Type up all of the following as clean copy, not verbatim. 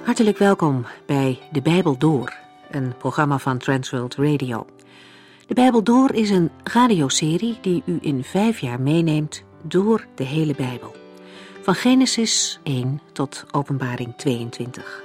Hartelijk welkom bij De Bijbel Door, een programma van Transworld Radio. De Bijbel Door is een radioserie die u in 5 jaar meeneemt door de hele Bijbel. Van Genesis 1 tot Openbaring 22.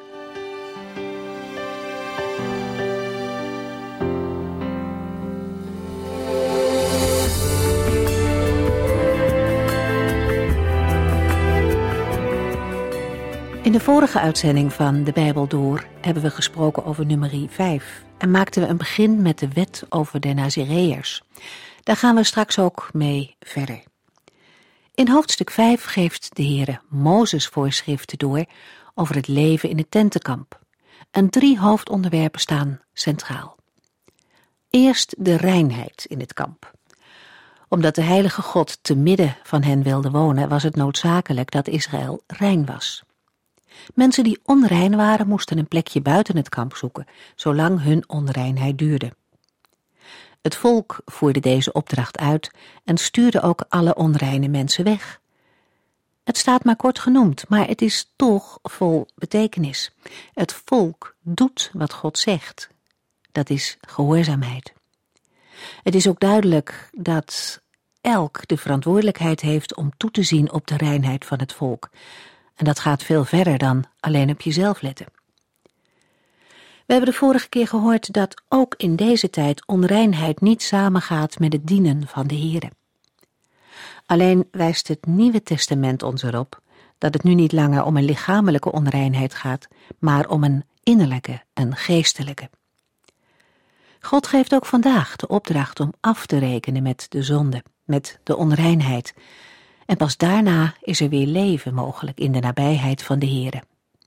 In de vorige uitzending van De Bijbel Door hebben we gesproken over nummerie 5 en maakten we een begin met de wet over de Nazireërs. Daar gaan we straks ook mee verder. In hoofdstuk 5 geeft de Heere Mozes voorschriften door over het leven in het tentenkamp. En 3 hoofdonderwerpen staan centraal. Eerst de reinheid in het kamp. Omdat de heilige God te midden van hen wilde wonen, was het noodzakelijk dat Israël rein was. Mensen die onrein waren, moesten een plekje buiten het kamp zoeken, zolang hun onreinheid duurde. Het volk voerde deze opdracht uit en stuurde ook alle onreine mensen weg. Het staat maar kort genoemd, maar het is toch vol betekenis. Het volk doet wat God zegt. Dat is gehoorzaamheid. Het is ook duidelijk dat elk de verantwoordelijkheid heeft om toe te zien op de reinheid van het volk. En dat gaat veel verder dan alleen op jezelf letten. We hebben de vorige keer gehoord dat ook in deze tijd onreinheid niet samengaat met het dienen van de Heere. Alleen wijst het Nieuwe Testament ons erop dat het nu niet langer om een lichamelijke onreinheid gaat, maar om een innerlijke en geestelijke. God geeft ook vandaag de opdracht om af te rekenen met de zonde, met de onreinheid. En pas daarna is er weer leven mogelijk in de nabijheid van de Heere.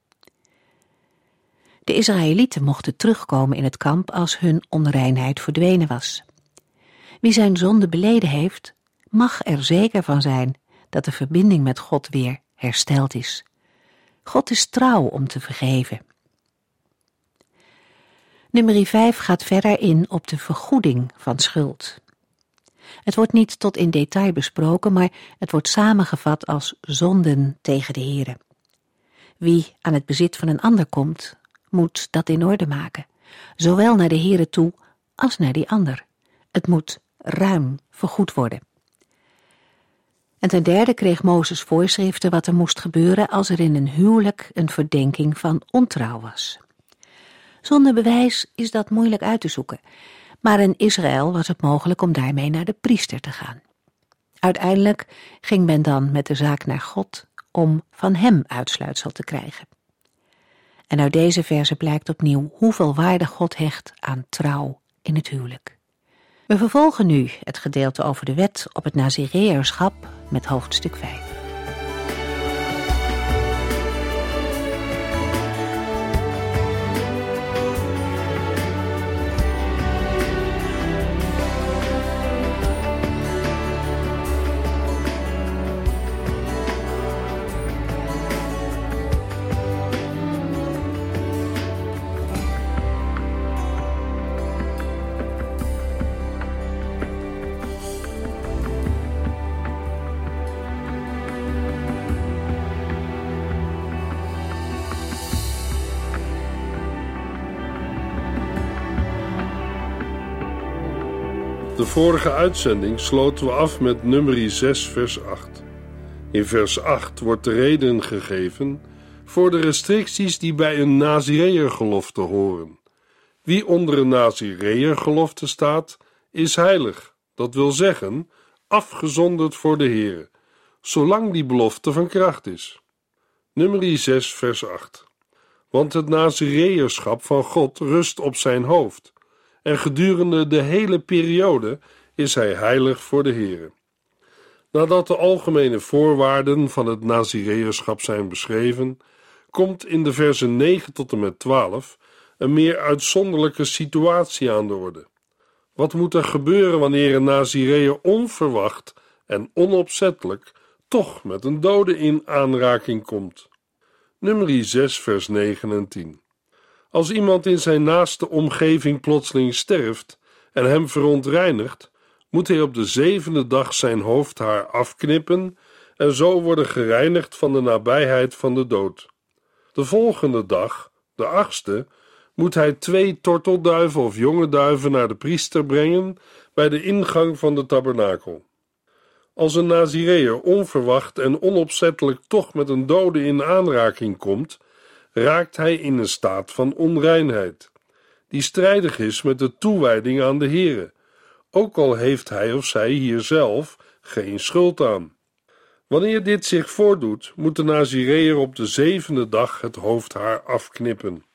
De Israëlieten mochten terugkomen in het kamp als hun onreinheid verdwenen was. Wie zijn zonde beleden heeft, mag er zeker van zijn dat de verbinding met God weer hersteld is. God is trouw om te vergeven. Nummerie 5 gaat verder in op de vergoeding van schuld. Het wordt niet tot in detail besproken, maar het wordt samengevat als zonden tegen de Heere. Wie aan het bezit van een ander komt, moet dat in orde maken, zowel naar de Heere toe als naar die ander. Het moet ruim vergoed worden. En ten derde kreeg Mozes voorschriften wat er moest gebeuren als er in een huwelijk een verdenking van ontrouw was. Zonder bewijs is dat moeilijk uit te zoeken. Maar in Israël was het mogelijk om daarmee naar de priester te gaan. Uiteindelijk ging men dan met de zaak naar God om van hem uitsluitsel te krijgen. En uit deze verse blijkt opnieuw hoeveel waarde God hecht aan trouw in het huwelijk. We vervolgen nu het gedeelte over de wet op het Nazireërschap met hoofdstuk 5. De vorige uitzending sloten we af met nummerie 6 vers 8. In vers 8 wordt de reden gegeven voor de restricties die bij een Nazireërgelofte horen. Wie onder een Nazireërgelofte staat, is heilig. Dat wil zeggen, afgezonderd voor de Heere, zolang die belofte van kracht is. Nummerie 6 vers 8. Want het Nazireërschap van God rust op zijn hoofd. En gedurende de hele periode is hij heilig voor de Heere. Nadat de algemene voorwaarden van het Nazireërschap zijn beschreven, komt in de versen 9 tot en met 12 een meer uitzonderlijke situatie aan de orde. Wat moet er gebeuren wanneer een Nazireër onverwacht en onopzettelijk toch met een dode in aanraking komt? Nummerie 6 vers 9 en 10. Als iemand in zijn naaste omgeving plotseling sterft en hem verontreinigt, moet hij op de 7e dag zijn hoofdhaar afknippen en zo worden gereinigd van de nabijheid van de dood. De volgende dag, de 8e, moet hij 2 tortelduiven of jonge duiven naar de priester brengen bij de ingang van de tabernakel. Als een Nazireër onverwacht en onopzettelijk toch met een dode in aanraking komt, raakt hij in een staat van onreinheid, die strijdig is met de toewijding aan de Here, ook al heeft hij of zij hier zelf geen schuld aan. Wanneer dit zich voordoet, moet de Nazireër op de 7e dag het hoofdhaar afknippen.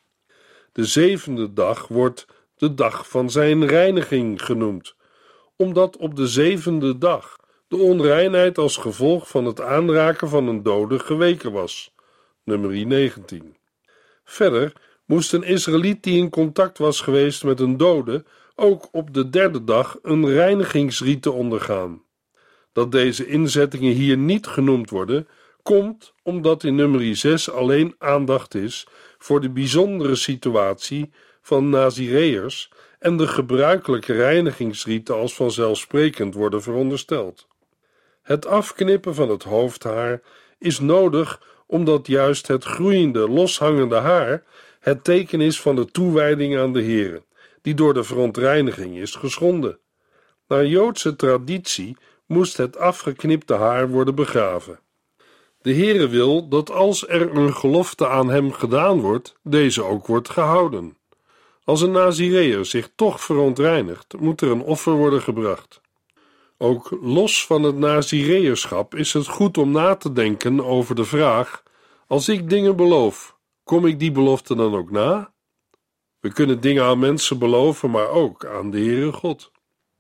De 7e dag wordt de dag van zijn reiniging genoemd, omdat op de 7e dag de onreinheid als gevolg van het aanraken van een dode geweken was. Numeri 19. Verder moest een Israëliet die in contact was geweest met een dode ook op de 3e dag een reinigingsrite ondergaan. Dat deze inzettingen hier niet genoemd worden, komt omdat in nummer 6 alleen aandacht is voor de bijzondere situatie van Nazireërs en de gebruikelijke reinigingsriten als vanzelfsprekend worden verondersteld. Het afknippen van het hoofdhaar is nodig omdat juist het groeiende, loshangende haar het teken is van de toewijding aan de Here, die door de verontreiniging is geschonden. Naar Joodse traditie moest het afgeknipte haar worden begraven. De Heere wil dat als er een gelofte aan hem gedaan wordt, deze ook wordt gehouden. Als een Nazireër zich toch verontreinigt, moet er een offer worden gebracht. Ook los van het Nazireërschap is het goed om na te denken over de vraag: als ik dingen beloof, kom ik die belofte dan ook na? We kunnen dingen aan mensen beloven, maar ook aan de Heere God.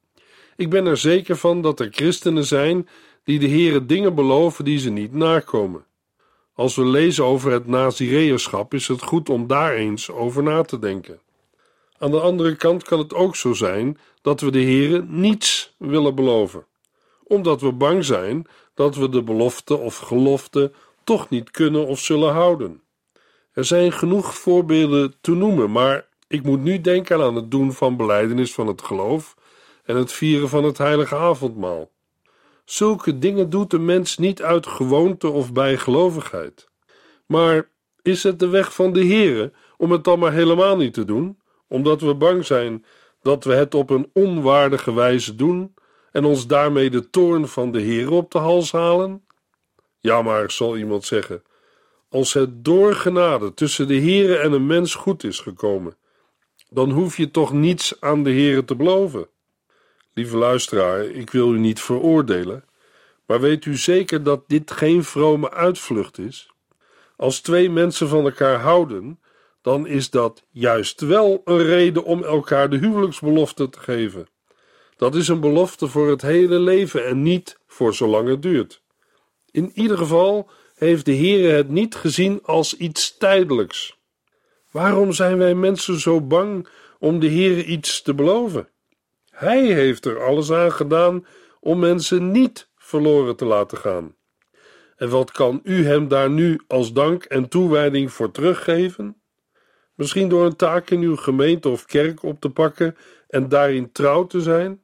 Ik ben er zeker van dat er christenen zijn die de Heere dingen beloven die ze niet nakomen. Als we lezen over het Nazireërschap, is het goed om daar eens over na te denken. Aan de andere kant kan het ook zo zijn dat we de Heere niets willen beloven, omdat we bang zijn dat we de belofte of gelofte toch niet kunnen of zullen houden. Er zijn genoeg voorbeelden te noemen, maar ik moet nu denken aan het doen van belijdenis van het geloof en het vieren van het heilige avondmaal. Zulke dingen doet de mens niet uit gewoonte of bijgelovigheid. Maar is het de weg van de Heere om het dan maar helemaal niet te doen, omdat we bang zijn dat we het op een onwaardige wijze doen en ons daarmee de toorn van de Heere op de hals halen? Ja, maar, zal iemand zeggen, als het door genade tussen de Heere en een mens goed is gekomen, dan hoef je toch niets aan de Heere te beloven. Lieve luisteraar, ik wil u niet veroordelen, maar weet u zeker dat dit geen vrome uitvlucht is? Als 2 mensen van elkaar houden, dan is dat juist wel een reden om elkaar de huwelijksbelofte te geven. Dat is een belofte voor het hele leven en niet voor zolang het duurt. In ieder geval heeft de Heere het niet gezien als iets tijdelijks. Waarom zijn wij mensen zo bang om de Heere iets te beloven? Hij heeft er alles aan gedaan om mensen niet verloren te laten gaan. En wat kan u hem daar nu als dank en toewijding voor teruggeven? Misschien door een taak in uw gemeente of kerk op te pakken en daarin trouw te zijn?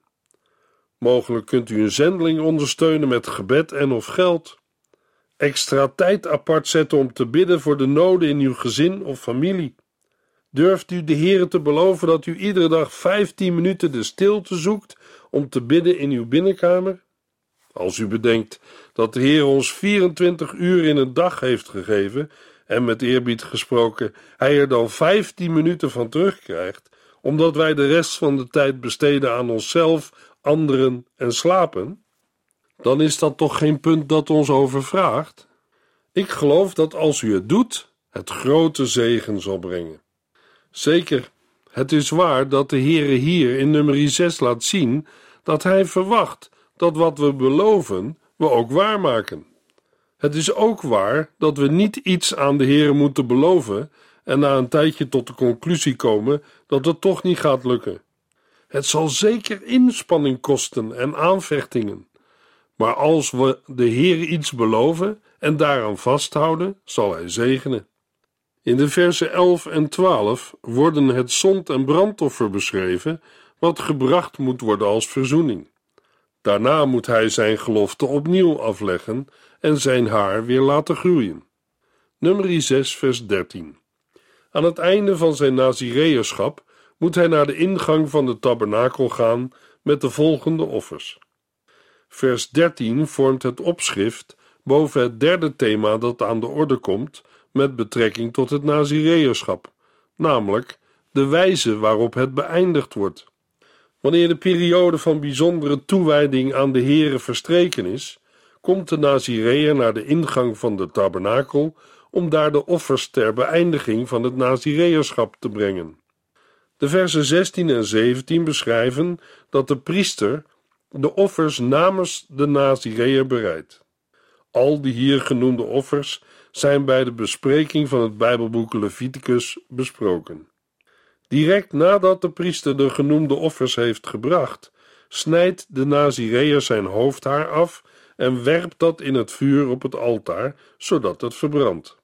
Mogelijk kunt u een zendeling ondersteunen met gebed en of geld. Extra tijd apart zetten om te bidden voor de noden in uw gezin of familie. Durft u de Heere te beloven dat u iedere dag 15 minuten de stilte zoekt om te bidden in uw binnenkamer? Als u bedenkt dat de Heer ons 24 uur in een dag heeft gegeven en met eerbied gesproken hij er dan 15 minuten van terugkrijgt, omdat wij de rest van de tijd besteden aan onszelf, anderen en slapen, dan is dat toch geen punt dat ons overvraagt? Ik geloof dat als u het doet, het grote zegen zal brengen. Zeker, het is waar dat de Heere hier in nummer 6 laat zien dat hij verwacht dat wat we beloven, we ook waarmaken. Het is ook waar dat we niet iets aan de Heere moeten beloven en na een tijdje tot de conclusie komen dat het toch niet gaat lukken. Het zal zeker inspanning kosten en aanvechtingen. Maar als we de Heere iets beloven en daaraan vasthouden, zal hij zegenen. In de versen 11 en 12 worden het zond- en brandoffer beschreven, wat gebracht moet worden als verzoening. Daarna moet hij zijn gelofte opnieuw afleggen en zijn haar weer laten groeien. Numeri 6 vers 13. Aan het einde van zijn nazireërschap moet hij naar de ingang van de tabernakel gaan met de volgende offers. Vers 13 vormt het opschrift boven het derde thema dat aan de orde komt met betrekking tot het nazireërschap, namelijk de wijze waarop het beëindigd wordt. Wanneer de periode van bijzondere toewijding aan de Here verstreken is, komt de nazireër naar de ingang van de tabernakel om daar de offers ter beëindiging van het nazireërschap te brengen. De versen 16 en 17 beschrijven dat de priester de offers namens de nazireër bereidt. Al die hier genoemde offers zijn bij de bespreking van het Bijbelboek Leviticus besproken. Direct nadat de priester de genoemde offers heeft gebracht, snijdt de nazireër zijn hoofdhaar af en werpt dat in het vuur op het altaar, zodat het verbrandt.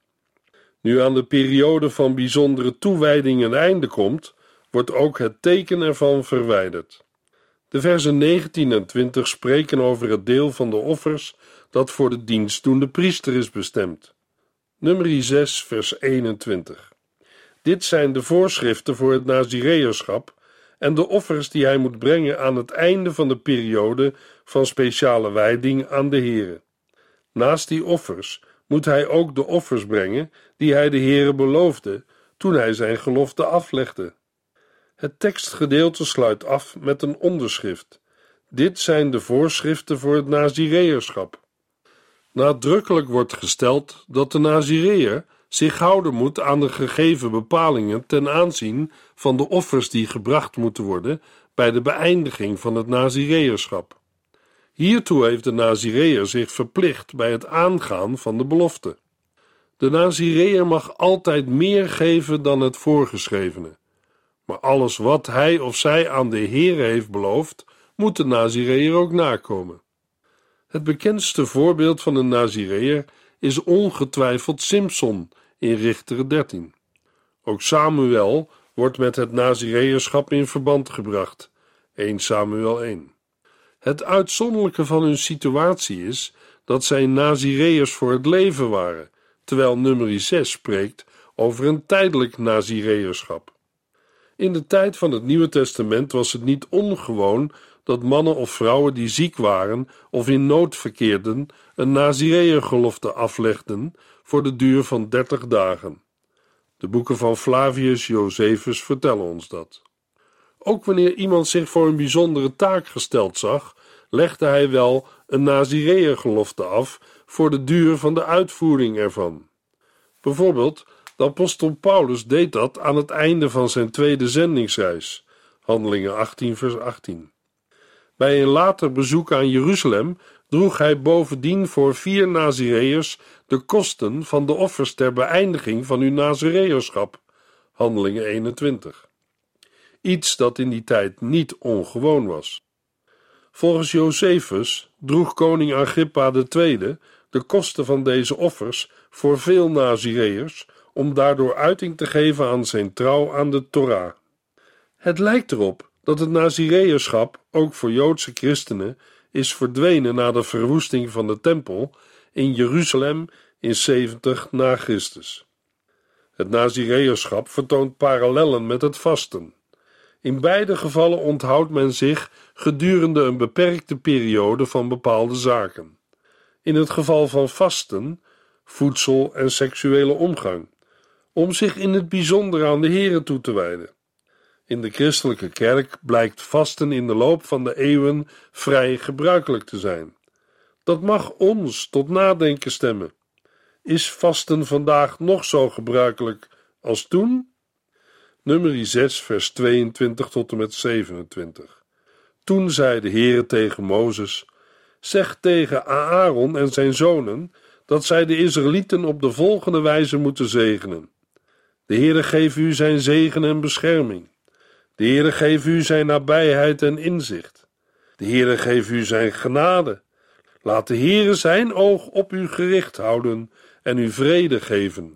Nu aan de periode van bijzondere toewijding een einde komt, wordt ook het teken ervan verwijderd. De versen 19 en 20 spreken over het deel van de offers dat voor de dienstdoende priester is bestemd. Numeri 6 vers 21. Dit zijn de voorschriften voor het nazireërschap en de offers die hij moet brengen aan het einde van de periode van speciale wijding aan de Here. Naast die offers moet hij ook de offers brengen die hij de Here beloofde toen hij zijn gelofte aflegde. Het tekstgedeelte sluit af met een onderschrift. Dit zijn de voorschriften voor het nazireërschap. Nadrukkelijk wordt gesteld dat de nazireër zich houden moet aan de gegeven bepalingen ten aanzien van de offers die gebracht moeten worden bij de beëindiging van het nazireërschap. Hiertoe heeft de nazireër zich verplicht bij het aangaan van de belofte. De nazireër mag altijd meer geven dan het voorgeschrevene. Maar alles wat hij of zij aan de Heere heeft beloofd, moet de nazireër ook nakomen. Het bekendste voorbeeld van een nazireër is ongetwijfeld Simson in Richteren 13. Ook Samuel wordt met het nazireërschap in verband gebracht, 1 Samuel 1. Het uitzonderlijke van hun situatie is dat zij nazireërs voor het leven waren, terwijl Numeri 6 spreekt over een tijdelijk nazireërschap. In de tijd van het Nieuwe Testament was het niet ongewoon dat mannen of vrouwen die ziek waren of in nood verkeerden een nazireërgelofte aflegden voor de duur van 30 dagen. De boeken van Flavius Josephus vertellen ons dat. Ook wanneer iemand zich voor een bijzondere taak gesteld zag, legde hij wel een nazireërgelofte af voor de duur van de uitvoering ervan. Bijvoorbeeld, de apostel Paulus deed dat aan het einde van zijn tweede zendingsreis, Handelingen 18 vers 18. Bij een later bezoek aan Jeruzalem droeg hij bovendien voor 4 nazireërs de kosten van de offers ter beëindiging van hun nazireërschap, Handelingen 21. Iets dat in die tijd niet ongewoon was. Volgens Josephus droeg koning Agrippa II de kosten van deze offers voor veel nazireërs om daardoor uiting te geven aan zijn trouw aan de Torah. Het lijkt erop dat het nazireërschap ook voor Joodse christenen is verdwenen na de verwoesting van de tempel in Jeruzalem in 70 na Christus. Het nazireërschap vertoont parallellen met het vasten. In beide gevallen onthoudt men zich gedurende een beperkte periode van bepaalde zaken. In het geval van vasten, voedsel en seksuele omgang, om zich in het bijzonder aan de Here toe te wijden. In de christelijke kerk blijkt vasten in de loop van de eeuwen vrij gebruikelijk te zijn. Dat mag ons tot nadenken stemmen. Is vasten vandaag nog zo gebruikelijk als toen? Numeri 6 vers 22 tot en met 27. Toen zei de Heere tegen Mozes: zeg tegen Aaron en zijn zonen dat zij de Israëlieten op de volgende wijze moeten zegenen. De Heere geeft u zijn zegen en bescherming. De Heere geeft u zijn nabijheid en inzicht. De Heere geeft u zijn genade. Laat de Heere zijn oog op u gericht houden en u vrede geven.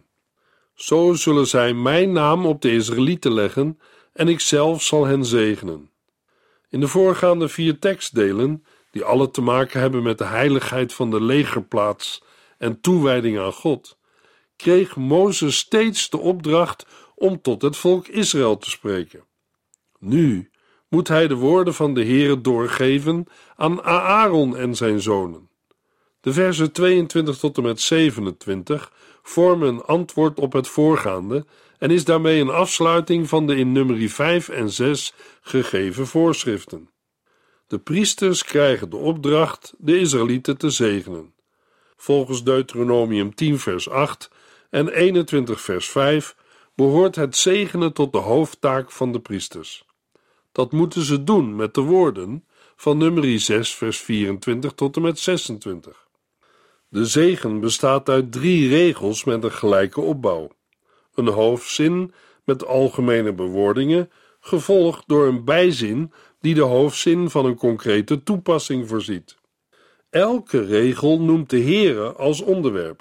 Zo zullen zij mijn naam op de Israëlieten leggen en ik zelf zal hen zegenen. In de voorgaande 4 tekstdelen, die alle te maken hebben met de heiligheid van de legerplaats en toewijding aan God, kreeg Mozes steeds de opdracht om tot het volk Israël te spreken. Nu moet hij de woorden van de Heere doorgeven aan Aaron en zijn zonen. De versen 22 tot en met 27 vormen een antwoord op het voorgaande en is daarmee een afsluiting van de in Numeri 5 en 6 gegeven voorschriften. De priesters krijgen de opdracht de Israëlieten te zegenen. Volgens Deuteronomium 10 vers 8 en 21 vers 5 behoort het zegenen tot de hoofdtaak van de priesters. Dat moeten ze doen met de woorden van Numeri 6 vers 24 tot en met 26. De zegen bestaat uit 3 regels met een gelijke opbouw. Een hoofdzin met algemene bewoordingen, gevolgd door een bijzin die de hoofdzin van een concrete toepassing voorziet. Elke regel noemt de Heere als onderwerp.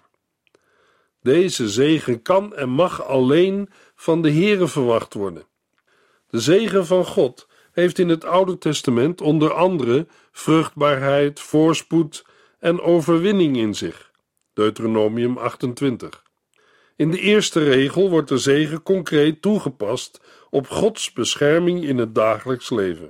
Deze zegen kan en mag alleen van de Heere verwacht worden. De zegen van God heeft in het Oude Testament onder andere vruchtbaarheid, voorspoed en overwinning in zich. Deuteronomium 28. In de eerste regel wordt de zegen concreet toegepast op Gods bescherming in het dagelijks leven.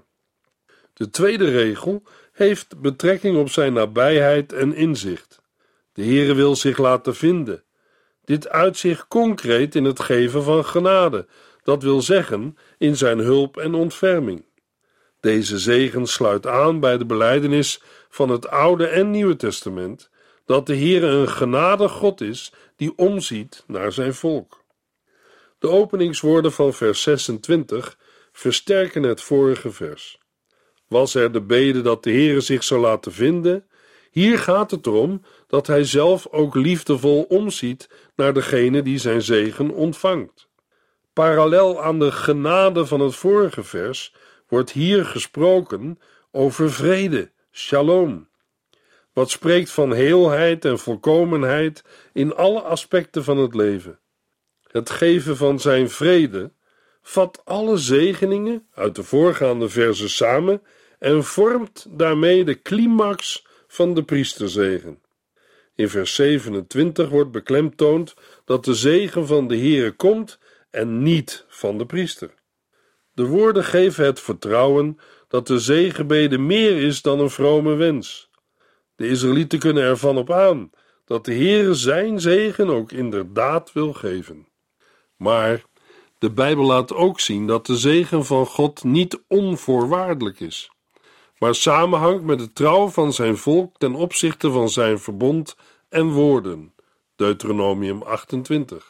De tweede regel heeft betrekking op zijn nabijheid en inzicht. De Heere wil zich laten vinden. Dit uit zich concreet in het geven van genade, dat wil zeggen in zijn hulp en ontferming. Deze zegen sluit aan bij de belijdenis van het Oude en Nieuwe Testament, dat de Heere een genadig God is die omziet naar zijn volk. De openingswoorden van vers 26 versterken het vorige vers. Was er de bede dat de Heere zich zou laten vinden? Hier gaat het erom dat hij zelf ook liefdevol omziet naar degene die zijn zegen ontvangt. Parallel aan de genade van het vorige vers wordt hier gesproken over vrede, shalom, wat spreekt van heelheid en volkomenheid in alle aspecten van het leven. Het geven van zijn vrede vat alle zegeningen uit de voorgaande verzen samen en vormt daarmee de climax van de priesterzegen. In vers 27 wordt beklemtoond dat de zegen van de Heere komt en niet van de priester. De woorden geven het vertrouwen dat de zegenbede meer is dan een vrome wens. De Israëlieten kunnen ervan op aan dat de Heere zijn zegen ook inderdaad wil geven. Maar de Bijbel laat ook zien dat de zegen van God niet onvoorwaardelijk is, maar samenhangt met de trouw van zijn volk ten opzichte van zijn verbond en woorden. Deuteronomium 28.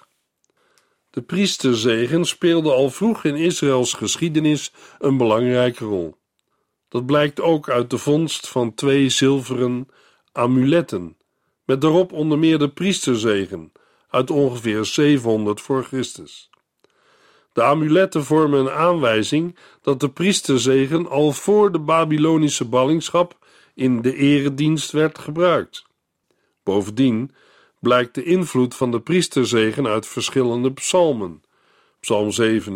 De priesterzegen speelde al vroeg in Israëls geschiedenis een belangrijke rol. Dat blijkt ook uit de vondst van 2 zilveren amuletten, met daarop onder meer de priesterzegen uit ongeveer 700 voor Christus. De amuletten vormen een aanwijzing dat de priesterzegen al voor de Babylonische ballingschap in de eredienst werd gebruikt. Bovendien blijkt de invloed van de priesterzegen uit verschillende psalmen, psalm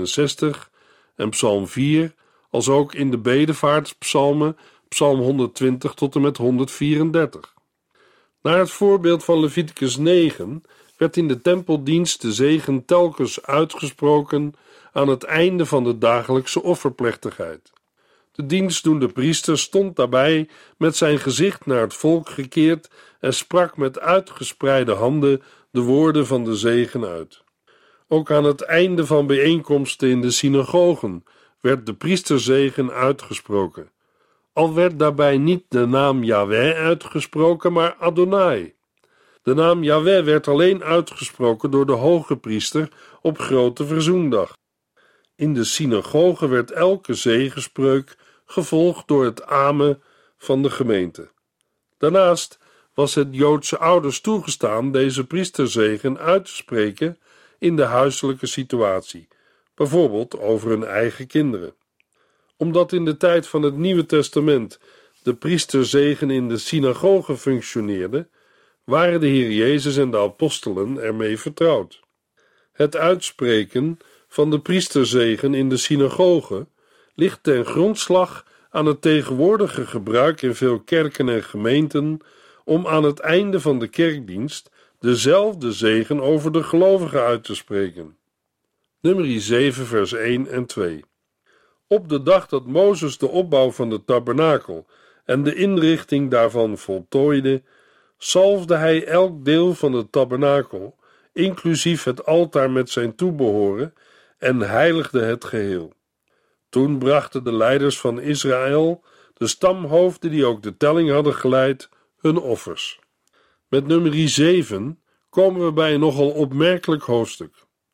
67 en psalm 4, als ook in de bedevaartspsalmen, psalm 120 tot en met 134. Naar het voorbeeld van Leviticus 9 werd in de tempeldienst de zegen telkens uitgesproken aan het einde van de dagelijkse offerplechtigheid. De dienstdoende priester stond daarbij met zijn gezicht naar het volk gekeerd en sprak met uitgespreide handen de woorden van de zegen uit. Ook aan het einde van bijeenkomsten in de synagogen werd de priesterzegen uitgesproken. Al werd daarbij niet de naam Jahweh uitgesproken, maar Adonai. De naam Jahweh werd alleen uitgesproken door de hoge priester op Grote Verzoendag. In de synagoge werd elke zegenspreuk gevolgd door het amen van de gemeente. Daarnaast was het Joodse ouders toegestaan deze priesterzegen uit te spreken in de huiselijke situatie, bijvoorbeeld over hun eigen kinderen. Omdat in de tijd van het Nieuwe Testament de priesterzegen in de synagoge functioneerde, waren de Heer Jezus en de apostelen ermee vertrouwd. Het uitspreken van de priesterzegen in de synagoge ligt ten grondslag aan het tegenwoordige gebruik in veel kerken en gemeenten om aan het einde van de kerkdienst dezelfde zegen over de gelovigen uit te spreken. Numeri 7 vers 1 en 2. Op de dag dat Mozes de opbouw van de tabernakel en de inrichting daarvan voltooide, zalfde hij elk deel van de tabernakel, inclusief het altaar met zijn toebehoren, en heiligde het geheel. Toen brachten de leiders van Israël, de stamhoofden die ook de telling hadden geleid, hun offers. Met numeri 7 komen we bij een nogal opmerkelijk hoofdstuk.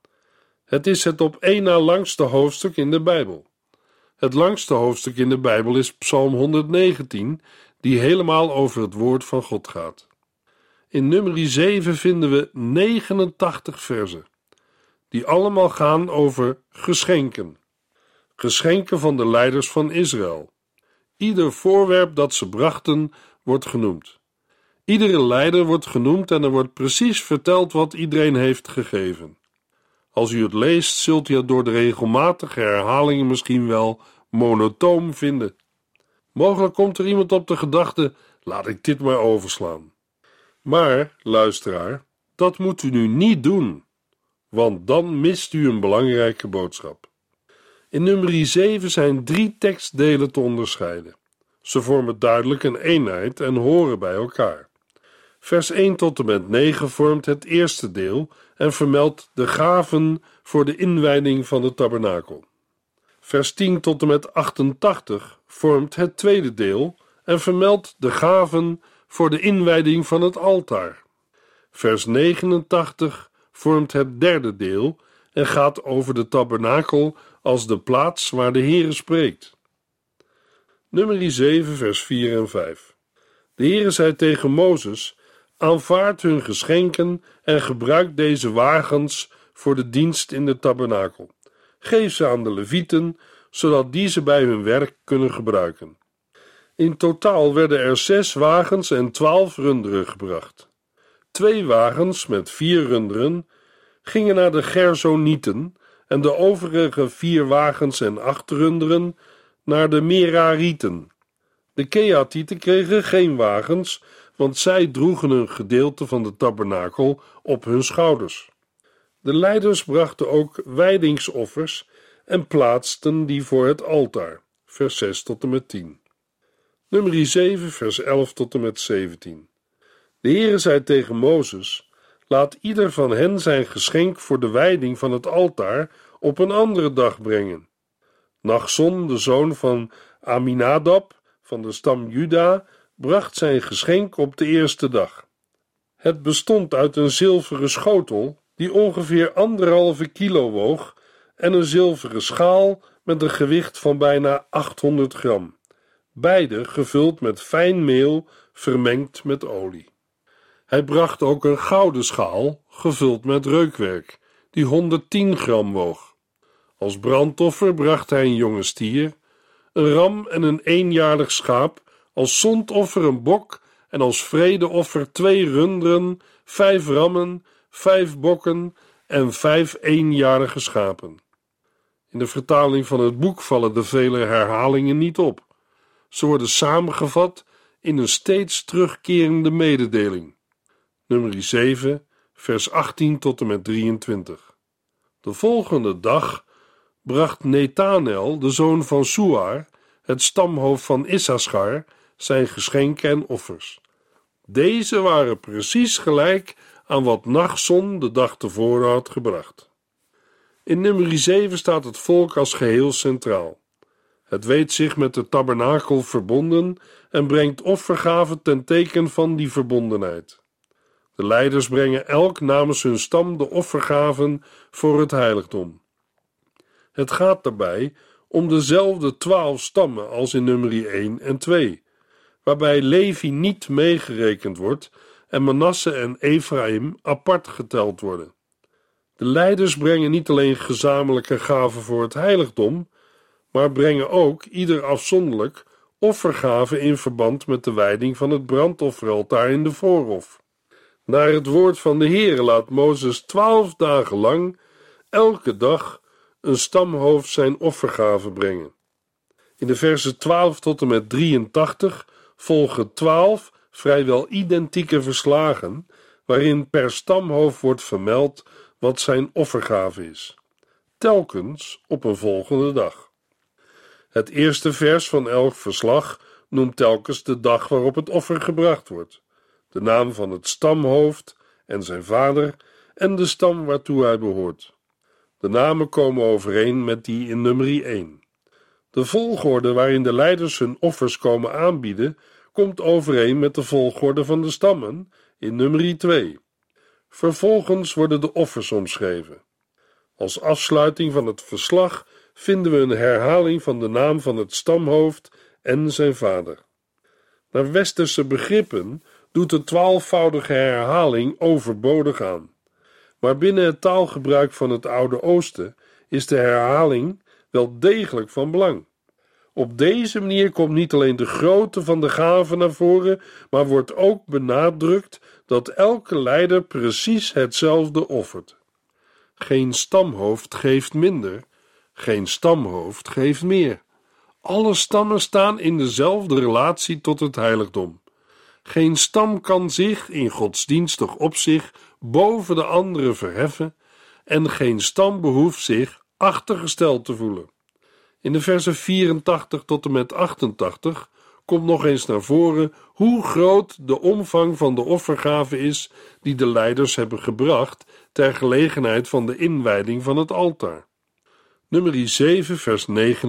Het is het op één na langste hoofdstuk in de Bijbel. Het langste hoofdstuk in de Bijbel is Psalm 119, die helemaal over het woord van God gaat. In numeri 7 vinden we 89 verzen, die allemaal gaan over geschenken. Geschenken van de leiders van Israël. Ieder voorwerp dat ze brachten, wordt genoemd. Iedere leider wordt genoemd en er wordt precies verteld wat iedereen heeft gegeven. Als u het leest, zult u het door de regelmatige herhalingen misschien wel monotoom vinden. Mogelijk komt er iemand op de gedachte, laat ik dit maar overslaan. Maar, luisteraar, dat moet u nu niet doen, want dan mist u een belangrijke boodschap. In numeri 7 zijn 3 tekstdelen te onderscheiden. Ze vormen duidelijk een eenheid en horen bij elkaar. Vers 1 tot en met 9 vormt het eerste deel en vermeldt de gaven voor de inwijding van de tabernakel. Vers 10 tot en met 88 vormt het tweede deel en vermeldt de gaven voor de inwijding van het altaar. Vers 89 vormt het derde deel en gaat over de tabernakel als de plaats waar de Heere spreekt. Numeri 7 vers 4 en 5. De Heere zei tegen Mozes: aanvaard hun geschenken en gebruik deze wagens voor de dienst in de tabernakel. Geef ze aan de Levieten, zodat die ze bij hun werk kunnen gebruiken. In totaal werden er 6 wagens en 12 runderen gebracht. 2 wagens met 4 runderen gingen naar de Gersonieten en de overige 4 wagens en 8 runderen naar de Merarieten. De Keatieten kregen geen wagens, want zij droegen een gedeelte van de tabernakel op hun schouders. De leiders brachten ook wijdingsoffers en plaatsten die voor het altaar, vers 6 tot en met 10. Numeri 7, vers 11 tot en met 17. De Heere zei tegen Mozes: laat ieder van hen zijn geschenk voor de wijding van het altaar op een andere dag brengen. Nachson, de zoon van Aminadab van de stam Juda, bracht zijn geschenk op de eerste dag. Het bestond uit een zilveren schotel die ongeveer 1,5 kilo woog en een zilveren schaal met een gewicht van bijna 800 gram. Beide gevuld met fijn meel vermengd met olie. Hij bracht ook een gouden schaal gevuld met reukwerk die 110 gram woog. Als brandoffer bracht hij een jonge stier, een ram en een eenjarig schaap, als zondoffer een bok en als vredeoffer 2 runderen, 5 rammen, 5 bokken en 5 eenjarige schapen. In de vertaling van het boek vallen de vele herhalingen niet op. Ze worden samengevat in een steeds terugkerende mededeling. Numeri 7, vers 18 tot en met 23. De volgende dag bracht Nethanel, de zoon van Suar, het stamhoofd van Issaschar, zijn geschenken en offers. Deze waren precies gelijk aan wat Nachson de dag tevoren had gebracht. In numeri 7 staat het volk als geheel centraal. Het weet zich met de tabernakel verbonden en brengt offergaven ten teken van die verbondenheid. De leiders brengen elk namens hun stam de offergaven voor het heiligdom. Het gaat daarbij om dezelfde 12 stammen als in numeri 1 en 2, waarbij Levi niet meegerekend wordt en Manasse en Ephraim apart geteld worden. De leiders brengen niet alleen gezamenlijke gaven voor het heiligdom, maar brengen ook ieder afzonderlijk offergaven in verband met de wijding van het brandofferaltaar in de voorhof. Naar het woord van de Heere laat Mozes 12 dagen lang, elke dag, een stamhoofd zijn offergave brengen. In de versen 12 tot en met 83 volgen 12 vrijwel identieke verslagen, waarin per stamhoofd wordt vermeld wat zijn offergave is, telkens op een volgende dag. Het eerste vers van elk verslag noemt telkens de dag waarop het offer gebracht wordt, de naam van het stamhoofd en zijn vader en de stam waartoe hij behoort. De namen komen overeen met die in Numeri 1. De volgorde waarin de leiders hun offers komen aanbieden, komt overeen met de volgorde van de stammen in Numeri 2. Vervolgens worden de offers omschreven. Als afsluiting van het verslag vinden we een herhaling van de naam van het stamhoofd en zijn vader. Naar westerse begrippen doet de 12-voudige herhaling overbodig aan. Maar binnen het taalgebruik van het Oude Oosten is de herhaling wel degelijk van belang. Op deze manier komt niet alleen de grootte van de gave naar voren, maar wordt ook benadrukt dat elke leider precies hetzelfde offert. Geen stamhoofd geeft minder, geen stamhoofd geeft meer. Alle stammen staan in dezelfde relatie tot het heiligdom. Geen stam kan zich in godsdienstig opzicht boven de andere verheffen en geen stam behoeft zich achtergesteld te voelen. In de versen 84 tot en met 88 komt nog eens naar voren hoe groot de omvang van de offergave is die de leiders hebben gebracht ter gelegenheid van de inwijding van het altaar. Numeri 7 vers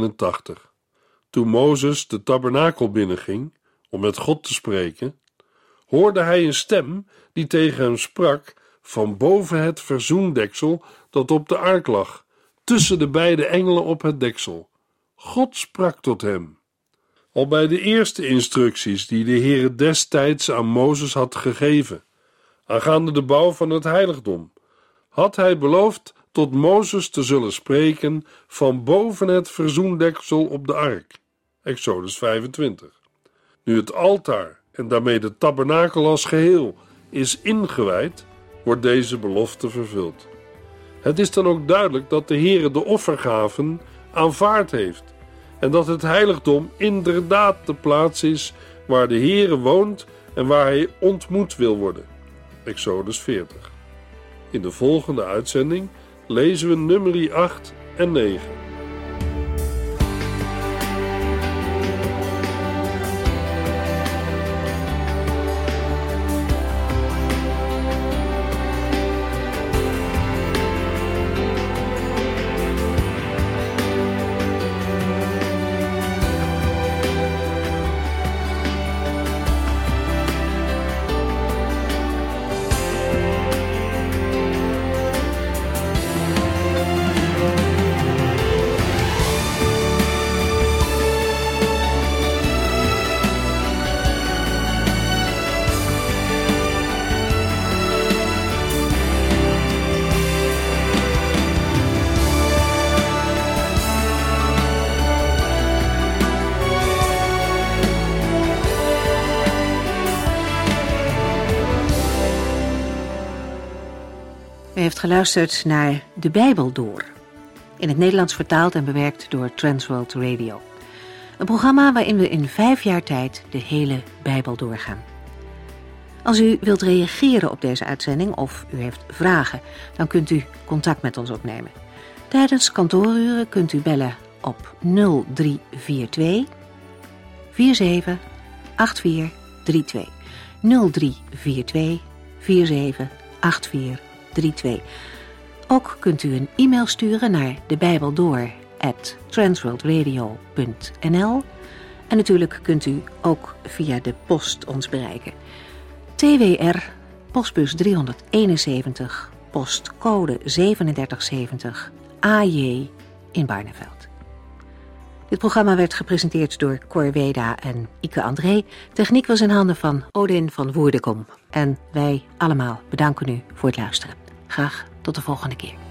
89. Toen Mozes de tabernakel binnenging om met God te spreken, hoorde hij een stem die tegen hem sprak van boven het verzoendeksel dat op de ark lag, tussen de beide engelen op het deksel. God sprak tot hem. Al bij de eerste instructies die de Heere destijds aan Mozes had gegeven, aangaande de bouw van het heiligdom, had hij beloofd tot Mozes te zullen spreken van boven het verzoendeksel op de ark. Exodus 25. Nu het altaar en daarmee de tabernakel als geheel is ingewijd, wordt deze belofte vervuld. Het is dan ook duidelijk dat de Heere de offergaven aanvaard heeft en dat het heiligdom inderdaad de plaats is waar de Heere woont en waar hij ontmoet wil worden. Exodus 40. In de volgende uitzending lezen we Numeri 8 en 9. U heeft geluisterd naar De Bijbel Door. In het Nederlands vertaald en bewerkt door Transworld Radio. Een programma waarin we in 5 jaar tijd de hele Bijbel doorgaan. Als u wilt reageren op deze uitzending of u heeft vragen, dan kunt u contact met ons opnemen. Tijdens kantooruren kunt u bellen op 0342 47 8432. 0342 47 8432. Ook kunt u een e-mail sturen naar debijbeldoor@transworldradio.nl en natuurlijk kunt u ook via de post ons bereiken. TWR, postbus 371, postcode 3770, AJ in Barneveld. Dit programma werd gepresenteerd door Cor Weda en Ike André. Techniek was in handen van Odin van Woerdekom. En wij allemaal bedanken u voor het luisteren. Graag tot de volgende keer.